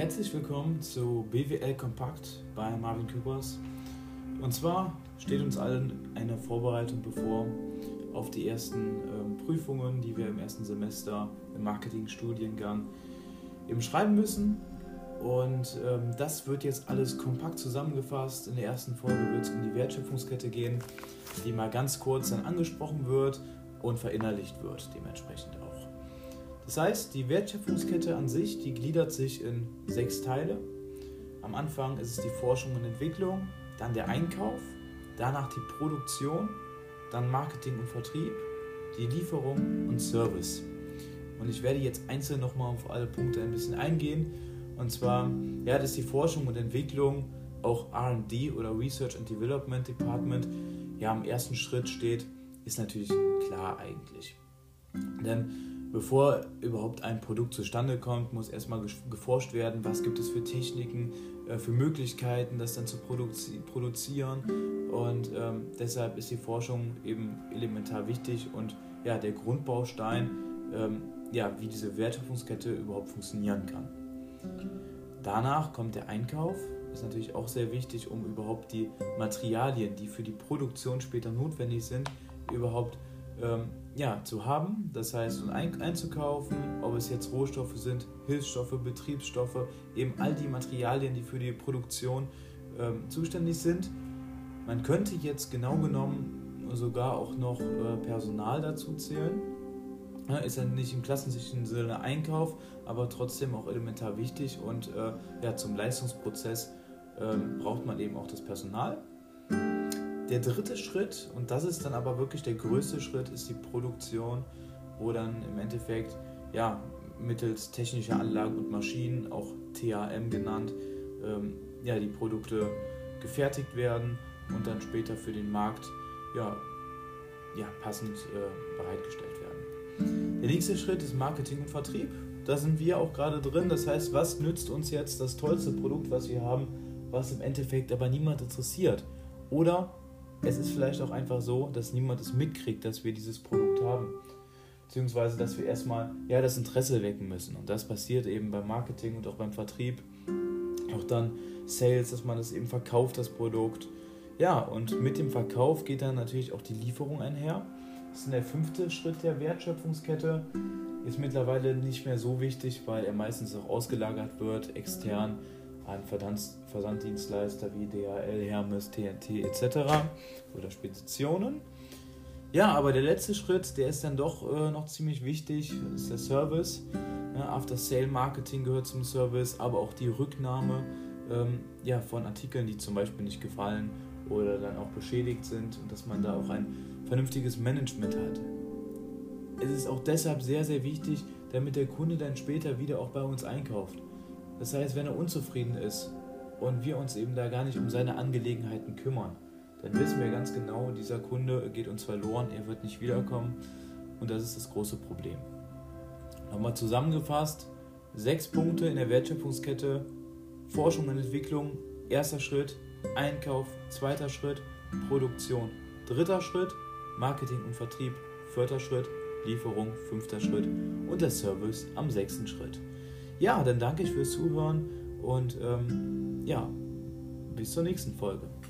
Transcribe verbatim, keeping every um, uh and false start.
Herzlich willkommen zu B W L Kompakt bei Marvin Küppers. Und zwar steht uns allen eine Vorbereitung bevor auf die ersten ähm, Prüfungen, die wir im ersten Semester im Marketingstudiengang eben schreiben müssen. Und ähm, das wird jetzt alles kompakt zusammengefasst. In der ersten Folge wird es um die Wertschöpfungskette gehen, die mal ganz kurz dann angesprochen wird und verinnerlicht wird dementsprechend auch. Das heißt, die Wertschöpfungskette an sich, die gliedert sich in sechs Teile. Am Anfang ist es die Forschung und Entwicklung, dann der Einkauf, danach die Produktion, dann Marketing und Vertrieb, die Lieferung und Service. Und ich werde jetzt einzeln nochmal auf alle Punkte ein bisschen eingehen. Und zwar, ja, das ist die Forschung und Entwicklung, auch R und D oder Research and Development Department, ja, im ersten Schritt steht, ist natürlich klar eigentlich. Denn bevor überhaupt ein Produkt zustande kommt, muss erstmal geforscht werden, was gibt es für Techniken, für Möglichkeiten, das dann zu produzieren. Und ähm, deshalb ist die Forschung eben elementar wichtig und ja, der Grundbaustein, ähm, ja, wie diese Wertschöpfungskette überhaupt funktionieren kann. Danach kommt der Einkauf, ist natürlich auch sehr wichtig, um überhaupt die Materialien, die für die Produktion später notwendig sind, überhaupt ähm, ja, zu haben. Das heißt, ein, einzukaufen, ob es jetzt Rohstoffe sind, Hilfsstoffe, Betriebsstoffe, eben all die Materialien, die für die Produktion ähm, zuständig sind. Man könnte jetzt genau genommen sogar auch noch äh, Personal dazu zählen. Ja, ist ja nicht im klassischen Sinne Einkauf, aber trotzdem auch elementar wichtig und äh, ja, zum Leistungsprozess äh, braucht man eben auch das Personal. Der dritte Schritt, und das ist dann aber wirklich der größte Schritt, ist die Produktion, wo dann im Endeffekt ja, mittels technischer Anlagen und Maschinen, auch T A M genannt, ähm, ja, die Produkte gefertigt werden und dann später für den Markt ja, ja, passend äh, bereitgestellt werden. Der nächste Schritt ist Marketing und Vertrieb. Da sind wir auch gerade drin. Das heißt, was nützt uns jetzt das tollste Produkt, was wir haben, was im Endeffekt aber niemand interessiert? Oder es ist vielleicht auch einfach so, dass niemand es mitkriegt, dass wir dieses Produkt haben. Beziehungsweise, dass wir erstmal ja, das Interesse wecken müssen. Und das passiert eben beim Marketing und auch beim Vertrieb. Auch dann Sales, dass man das eben verkauft, das Produkt. Ja, und mit dem Verkauf geht dann natürlich auch die Lieferung einher. Das ist der fünfte Schritt der Wertschöpfungskette. Ist mittlerweile nicht mehr so wichtig, weil er meistens auch ausgelagert wird, extern an Versanddienstleister wie D H L, Hermes, T N T et cetera oder Speditionen. Ja, aber der letzte Schritt, der ist dann doch äh, noch ziemlich wichtig, ist der Service. Ja, After-Sale-Marketing gehört zum Service, aber auch die Rücknahme ähm, ja, von Artikeln, die zum Beispiel nicht gefallen oder dann auch beschädigt sind und dass man da auch ein vernünftiges Management hat. Es ist auch deshalb sehr, sehr wichtig, damit der Kunde dann später wieder auch bei uns einkauft. Das heißt, wenn er unzufrieden ist und wir uns eben da gar nicht um seine Angelegenheiten kümmern, dann wissen wir ganz genau, dieser Kunde geht uns verloren, er wird nicht wiederkommen und das ist das große Problem. Nochmal zusammengefasst, sechs Punkte in der Wertschöpfungskette: Forschung und Entwicklung, erster Schritt, Einkauf, zweiter Schritt, Produktion, dritter Schritt, Marketing und Vertrieb, vierter Schritt, Lieferung, fünfter Schritt und der Service am sechsten Schritt. Ja, dann danke ich fürs Zuhören und ähm, ja, bis zur nächsten Folge.